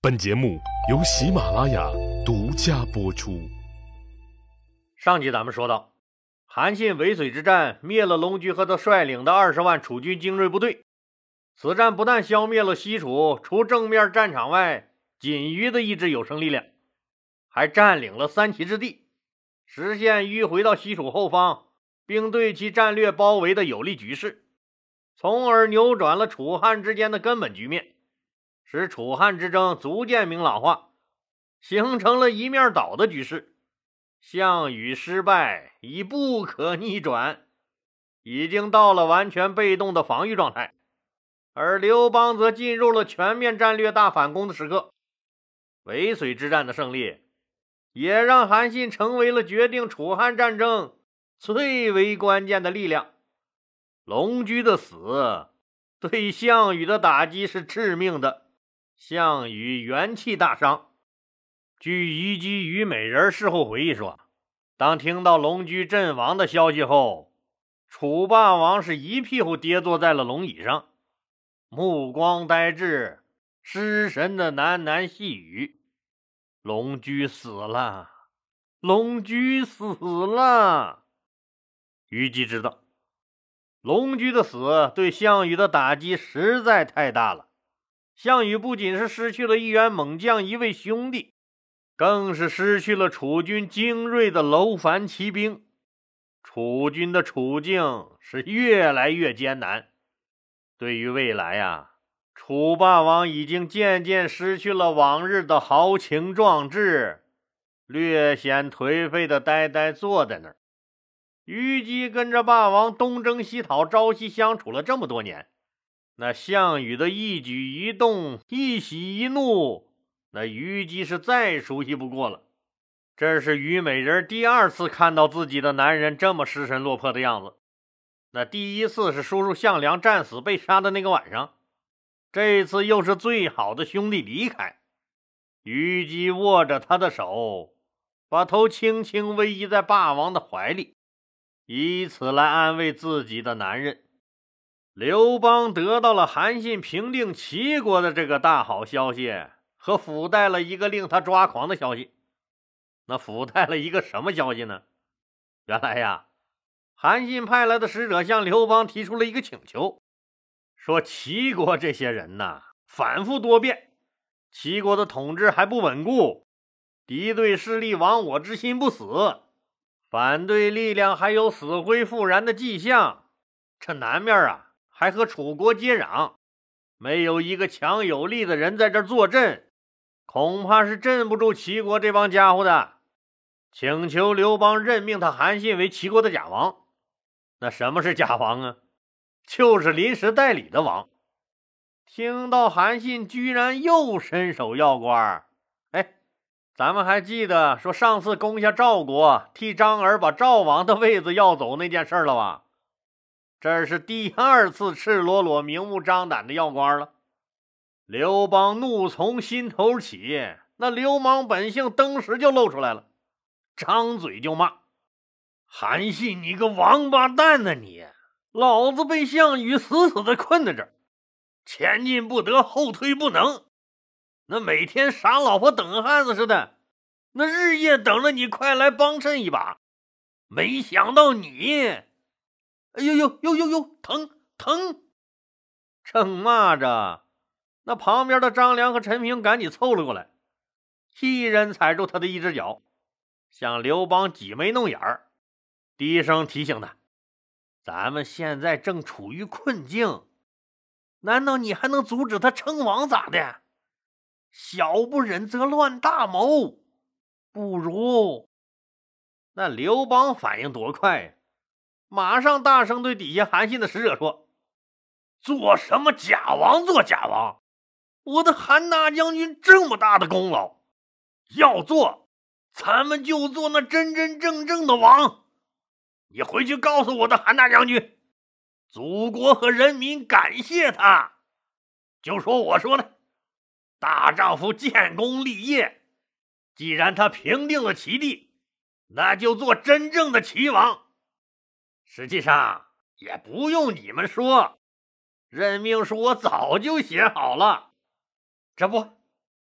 本节目由喜马拉雅独家播出。 上集咱们说到，韩信围水之战灭了龙驹和他率领的20万楚军精锐部队。此战不但消灭了西楚除正面战场外仅余的一支有生力量，还占领了三齐之地，实现迂回到西楚后方，并对其战略包围的有利局势，从而扭转了楚汉之间的根本局面，使楚汉之争逐渐明朗化，形成了一面倒的局势。项羽失败已不可逆转，已经到了完全被动的防御状态，而刘邦则进入了全面战略大反攻的时刻。围水之战的胜利也让韩信成为了决定楚汉战争最为关键的力量。龙驹的死对项羽的打击是致命的，项羽元气大伤。据虞姬虞美人事后回忆说，当听到龙驹阵亡的消息后，楚霸王是一屁股跌坐在了龙椅上，目光呆滞，失神的喃喃细语：龙驹死了，龙驹死了。虞姬知道龙驹的死对项羽的打击实在太大了，项羽不仅是失去了一员猛将一位兄弟，更是失去了楚军精锐的楼烦骑兵，楚军的处境是越来越艰难。对于未来楚霸王已经渐渐失去了往日的豪情壮志，略显颓废的呆呆坐在那儿。虞姬跟着霸王东征西讨，朝夕相处了这么多年，那项羽的一举一动，一喜一怒，那虞姬是再熟悉不过了。这是虞美人第二次看到自己的男人这么失神落魄的样子。那第一次是叔叔项梁战死被杀的那个晚上，这一次又是最好的兄弟离开，虞姬握着他的手，把头轻轻偎依在霸王的怀里，以此来安慰自己的男人。刘邦得到了韩信平定齐国的这个大好消息，和附带了一个令他抓狂的消息。那附带了一个什么消息呢？原来韩信派来的使者向刘邦提出了一个请求，说齐国这些人反复多变，齐国的统治还不稳固，敌对势力亡我之心不死，反对力量还有死灰复燃的迹象，这南面还和楚国接壤，没有一个强有力的人在这坐镇，恐怕是镇不住齐国这帮家伙的。请求刘邦任命他韩信为齐国的假王。那什么是假王啊？就是临时代理的王。听到韩信居然又伸手要官，咱们还记得说上次攻下赵国，替张耳把赵王的位子要走那件事了吧？这是第二次赤裸裸明目张胆的要官了。刘邦怒从心头起，那流氓本性登时就露出来了，张嘴就骂：韩信你个王八蛋你，老子被项羽死死的困在这儿，前进不得，后退不能，那每天傻老婆等汉子似的，那日夜等着你快来帮衬一把，没想到你，哎呦，疼！正骂着，那旁边的张良和陈平赶紧凑了过来，一人踩住他的一只脚，向刘邦挤眉弄眼儿，低声提醒他：咱们现在正处于困境，难道你还能阻止他称王咋的？小不忍则乱大谋，不如……那刘邦反应多快呀！马上大声对底下韩信的使者说：做什么假王做假王？我的韩大将军这么大的功劳，要做咱们就做那真真正正的王。你回去告诉我的韩大将军，祖国和人民感谢他，就说我说的，大丈夫建功立业，既然他平定了齐地，那就做真正的齐王。实际上也不用你们说，任命书我早就写好了，这不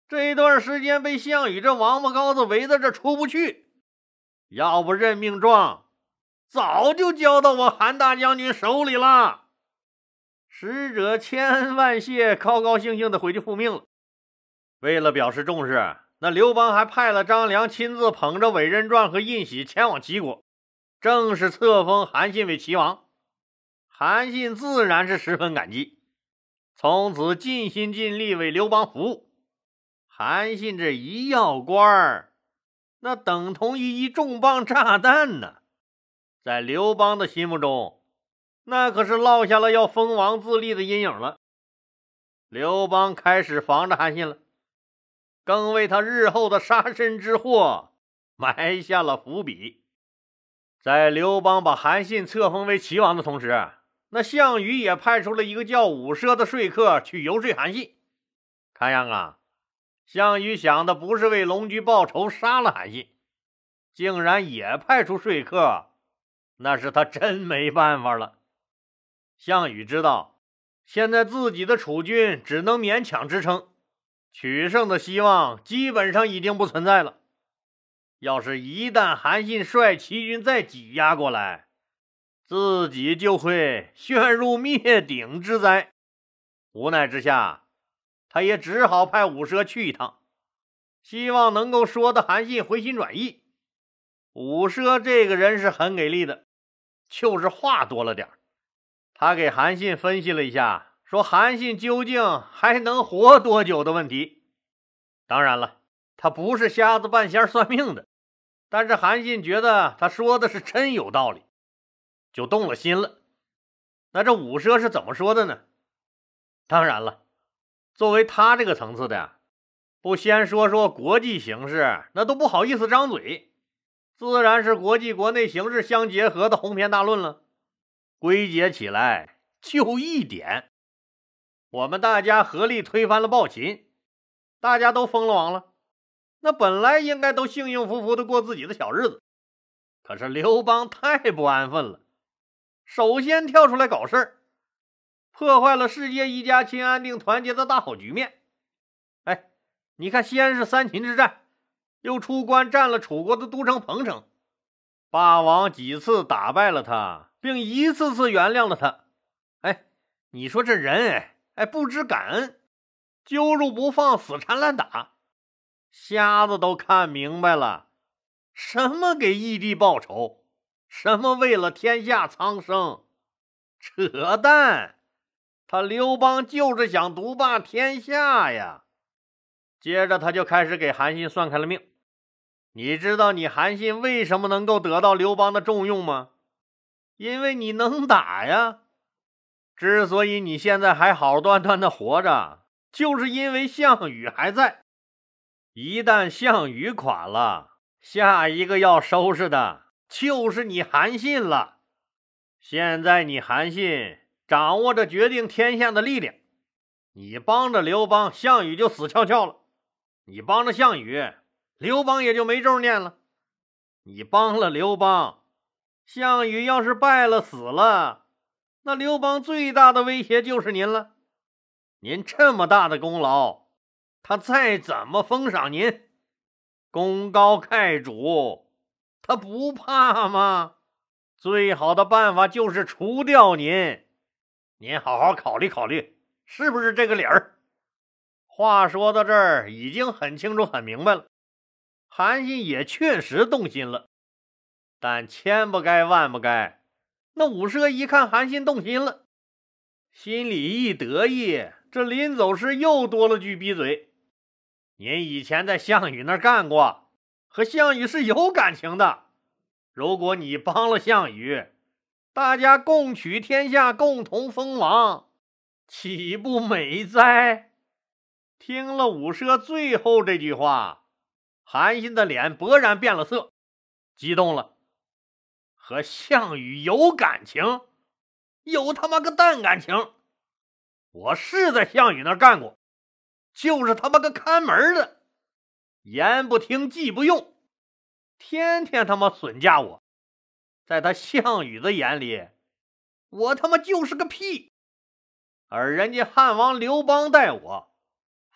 这段时间被项羽这王八羔子围在这出不去，要不认命状早就交到我韩大将军手里了。使者千恩万谢，高高兴兴的回去复命了。为了表示重视，那刘邦还派了张良亲自捧着委任状和印玺前往齐国，正式册封韩信为齐王。韩信自然是十分感激，从此尽心尽力为刘邦服务。韩信这一要官那等同于一重磅炸弹呢，在刘邦的心目中，那可是落下了要封王自立的阴影了。刘邦开始防着韩信了，更为他日后的杀身之祸埋下了伏笔。在刘邦把韩信册封为齐王的同时，那项羽也派出了一个叫伍奢的说客去游说韩信。看样项羽想的不是为龙驹报仇杀了韩信，竟然也派出说客，那是他真没办法了。项羽知道现在自己的楚军只能勉强支撑，取胜的希望基本上已经不存在了。要是一旦韩信率齐军再挤压过来，自己就会陷入灭顶之灾。无奈之下，他也只好派伍奢去一趟，希望能够说得韩信回心转意。伍奢这个人是很给力的，就是话多了点。他给韩信分析了一下，说韩信究竟还能活多久的问题。当然了，他不是瞎子半仙算命的，但是韩信觉得他说的是真有道理，就动了心了。那这伍奢是怎么说的呢？当然了，作为他这个层次的不先说说国际形势，那都不好意思张嘴，自然是国际国内形势相结合的鸿篇大论了。归结起来就一点，我们大家合力推翻了暴秦，大家都封了王了，那本来应该都幸幸福福的过自己的小日子。可是刘邦太不安分了，首先跳出来搞事儿，破坏了世界一家亲、安定团结的大好局面。你看，先是三秦之战，又出关占了楚国的都城彭城，霸王几次打败了他，并一次次原谅了他。你说这人不知感恩，揪住不放，死缠烂打，瞎子都看明白了，什么给义帝报仇，什么为了天下苍生，扯淡！他刘邦就是想独霸天下呀。接着他就开始给韩信算开了命。你知道你韩信为什么能够得到刘邦的重用吗？因为你能打呀。之所以你现在还好端端的活着，就是因为项羽还在。一旦项羽垮了，下一个要收拾的就是你韩信了。现在你韩信掌握着决定天下的力量，你帮着刘邦，项羽就死翘翘了；你帮着项羽，刘邦也就没咒念了；你帮了刘邦，项羽要是败了死了，那刘邦最大的威胁就是您了。您这么大的功劳，他再怎么封赏您，功高盖主，他不怕吗？最好的办法就是除掉您，您好好考虑考虑，是不是这个理儿？话说到这儿已经很清楚很明白了，韩信也确实动心了。但千不该万不该，那伍奢一看韩信动心了，心里一得意，这临走时又多了句逼嘴：您以前在项羽那儿干过，和项羽是有感情的，如果你帮了项羽，大家共取天下，共同封王，岂不美哉？听了伍奢最后这句话，韩信的脸勃然变了色，激动了。和项羽有感情？有他妈个蛋感情！我是在项羽那儿干过，就是他妈个看门的，言不听计不用，天天他妈损驾我。在他项羽的眼里，我他妈就是个屁。而人家汉王刘邦待我，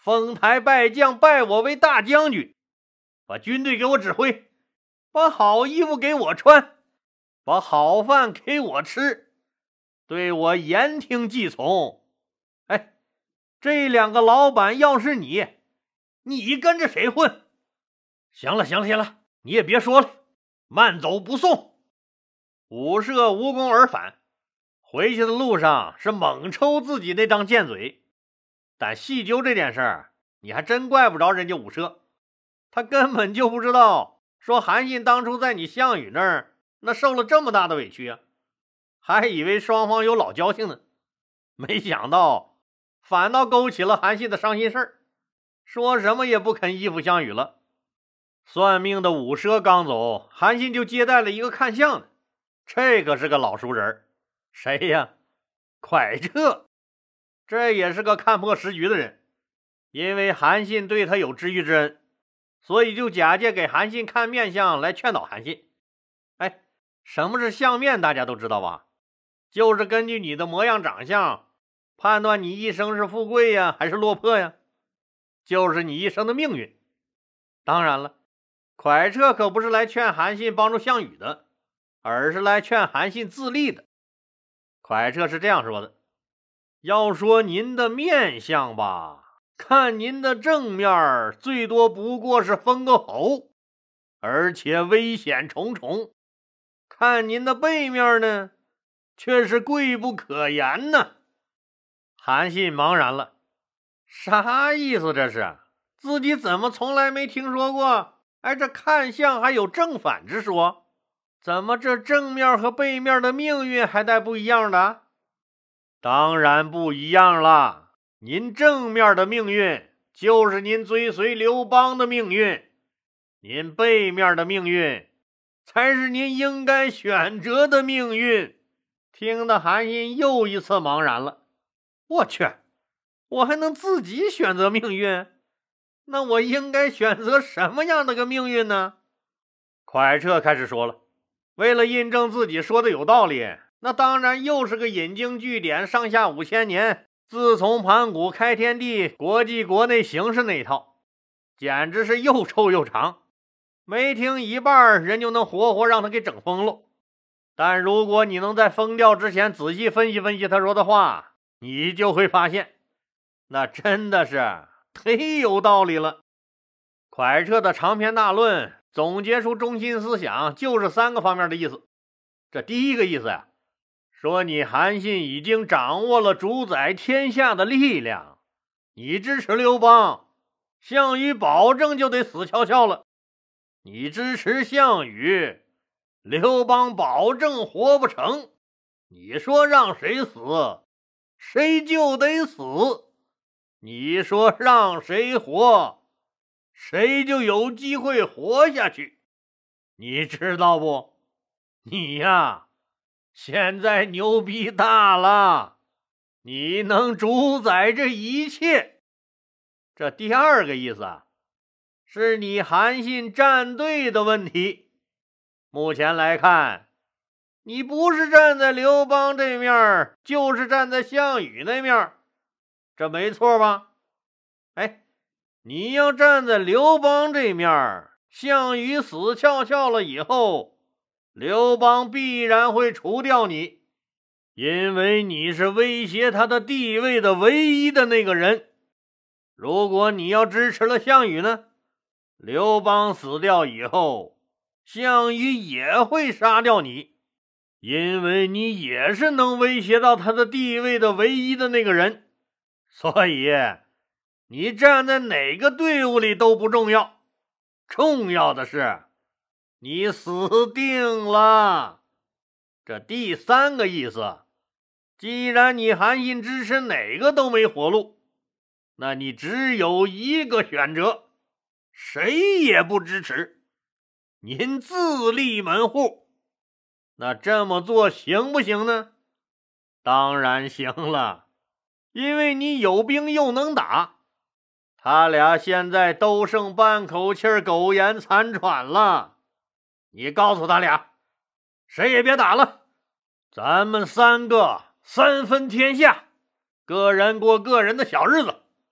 封台拜将，拜我为大将军，把军队给我指挥，把好衣服给我穿，把好饭给我吃，对我言听计从。哎，这两个老板要是你跟着谁混？行了，你也别说了，慢走不送。武社无功而返，回去的路上是猛抽自己那张贱嘴。但细究这件事儿，你还真怪不着人家武社，他根本就不知道说韩信当初在你项羽那儿那受了这么大的委屈啊，还以为双方有老交情呢，没想到反倒勾起了韩信的伤心事儿，说什么也不肯依附项羽了。算命的武社刚走，韩信就接待了一个看相的，这可是个老熟人。谁呀？蒯彻。这也是个看破时局的人，因为韩信对他有知遇之恩，所以就假借给韩信看面相来劝导韩信。哎，什么是相面大家都知道吧？就是根据你的模样长相判断你一生是富贵呀还是落魄呀，就是你一生的命运。当然了，蒯彻可不是来劝韩信帮助项羽的，而是来劝韩信自立的。蒯彻是这样说的：要说您的面相吧，看您的正面最多不过是封个侯，而且危险重重；看您的背面呢，却是贵不可言呢。韩信茫然了，啥意思这是？自己怎么从来没听说过？哎，这看相还有正反之说？怎么这正面和背面的命运还带不一样的？当然不一样了，您正面的命运就是您追随刘邦的命运，您背面的命运才是您应该选择的命运。听得韩信又一次茫然了，我去，我还能自己选择命运？那我应该选择什么样的个命运呢？蒯彻开始说了，为了印证自己说的有道理，那当然又是个引经据典，上下5000年，自从盘古开天地，国际国内形势那一套，简直是又臭又长，没听一半人就能活活让他给整疯了。但如果你能在疯掉之前仔细分析分析他说的话，你就会发现那真的是忒有道理了。蒯彻的长篇大论总结出中心思想，就是3个方面的意思。这第一个意思呀，说你韩信已经掌握了主宰天下的力量，你支持刘邦，项羽保证就得死翘翘了；你支持项羽，刘邦保证活不成。你说让谁死，谁就得死；你说让谁活，谁就有机会活下去。你知道不？你呀，现在牛逼大了，你能主宰这一切。这第二个意思啊，是你韩信站队的问题。目前来看，你不是站在刘邦这面，就是站在项羽那面，这没错吧？哎，你要站在刘邦这面，项羽死翘翘了以后，刘邦必然会除掉你，因为你是威胁他的地位的唯一的那个人。如果你要支持了项羽呢，刘邦死掉以后，项羽也会杀掉你，因为你也是能威胁到他的地位的唯一的那个人。所以你站在哪个队伍里都不重要，重要的是你死定了。这第三个意思，既然你韩信支持哪个都没活路，那你只有一个选择，谁也不支持，您自立门户。那这么做行不行呢？当然行了，因为你有兵又能打，他俩现在都剩半口气儿，苟延残喘了。你告诉他俩，谁也别打了，咱们3个3分天下，个人过个人的小日子，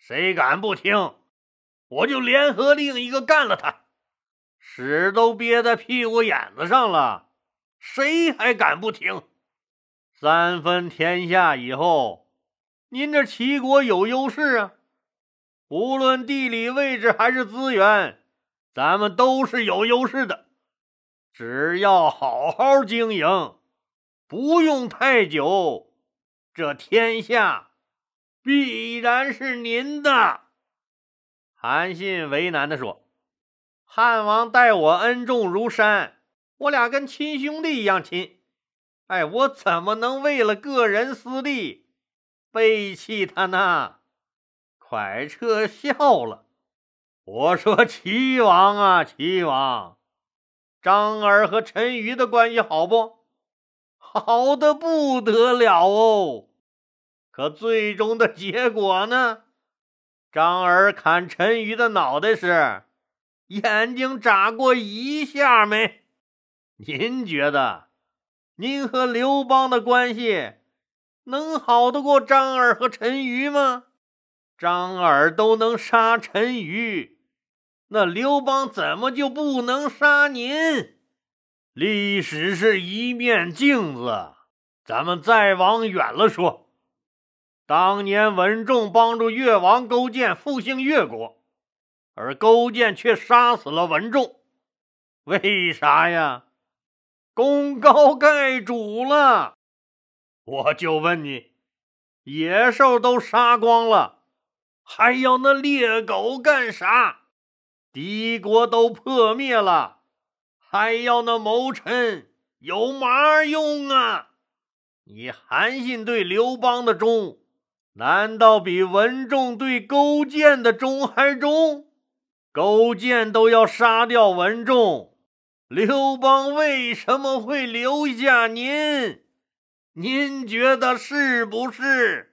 谁敢不听，我就联合另一个干了他。屎都憋在屁股眼子上了，谁还敢不听？三分天下以后，您这齐国有优势啊，无论地理位置还是资源，咱们都是有优势的。只要好好经营，不用太久，这天下必然是您的。韩信为难地说，汉王待我恩重如山，我俩跟亲兄弟一样亲，我怎么能为了个人私利背弃他呢？蒯彻笑了，我说齐王啊，齐王，张耳和陈馀的关系好不？好的不得了哦。可最终的结果呢？张耳砍陈馀的脑袋时，眼睛眨过一下没？您觉得您和刘邦的关系能好得过张耳和陈馀吗？张耳都能杀陈馀，那刘邦怎么就不能杀您？历史是一面镜子，咱们再往远了说，当年文仲帮助越王勾践复兴越国，而勾践却杀死了文仲，为啥呀？功高盖主了。我就问你，野兽都杀光了，还要那猎狗干啥？敌国都破灭了，还要那谋臣有嘛用啊？你韩信对刘邦的忠，难道比文仲对勾践的忠还忠？勾践都要杀掉文仲，刘邦为什么会留下您？您觉得是不是？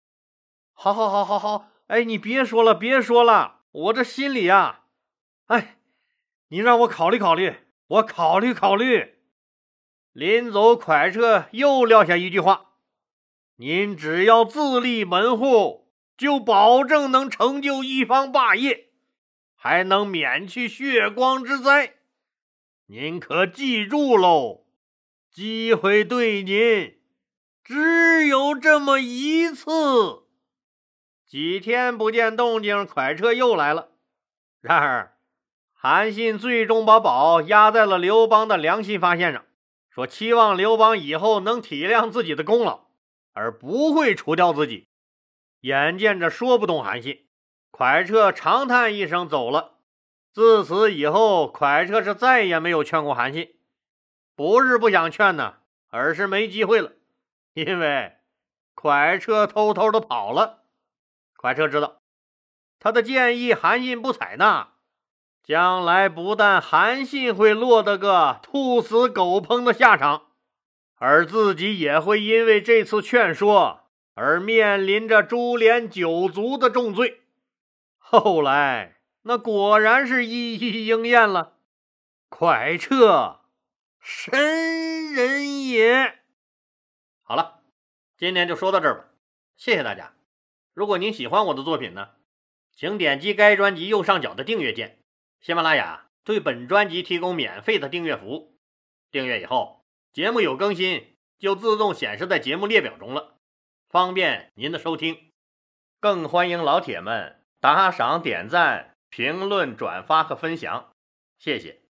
好，你别说了，我这心里啊，你让我考虑考虑，我考虑。临走，蒯彻又撂下一句话，您只要自立门户，就保证能成就一方霸业，还能免去血光之灾。您可记住喽，机会对您只有这么一次。几天不见动静，蒯彻又来了。然而韩信最终把宝压在了刘邦的良心发现上，说期望刘邦以后能体谅自己的功劳，而不会除掉自己。眼见着说不动韩信，蒯彻长叹一声走了。自此以后，蒯彻是再也没有劝过韩信，不是不想劝呢，而是没机会了，因为蒯彻偷偷的跑了。蒯彻知道他的建议韩信不采纳，将来不但韩信会落得个兔死狗烹的下场，而自己也会因为这次劝说而面临着株连九族的重罪。后来那果然是一一应验了，蒯彻神人也。好了，今天就说到这儿吧，谢谢大家。如果您喜欢我的作品呢，请点击该专辑右上角的订阅键。喜马拉雅对本专辑提供免费的订阅服务，订阅以后节目有更新就自动显示在节目列表中了，方便您的收听。更欢迎老铁们打赏、点赞、评论、转发和分享，谢谢。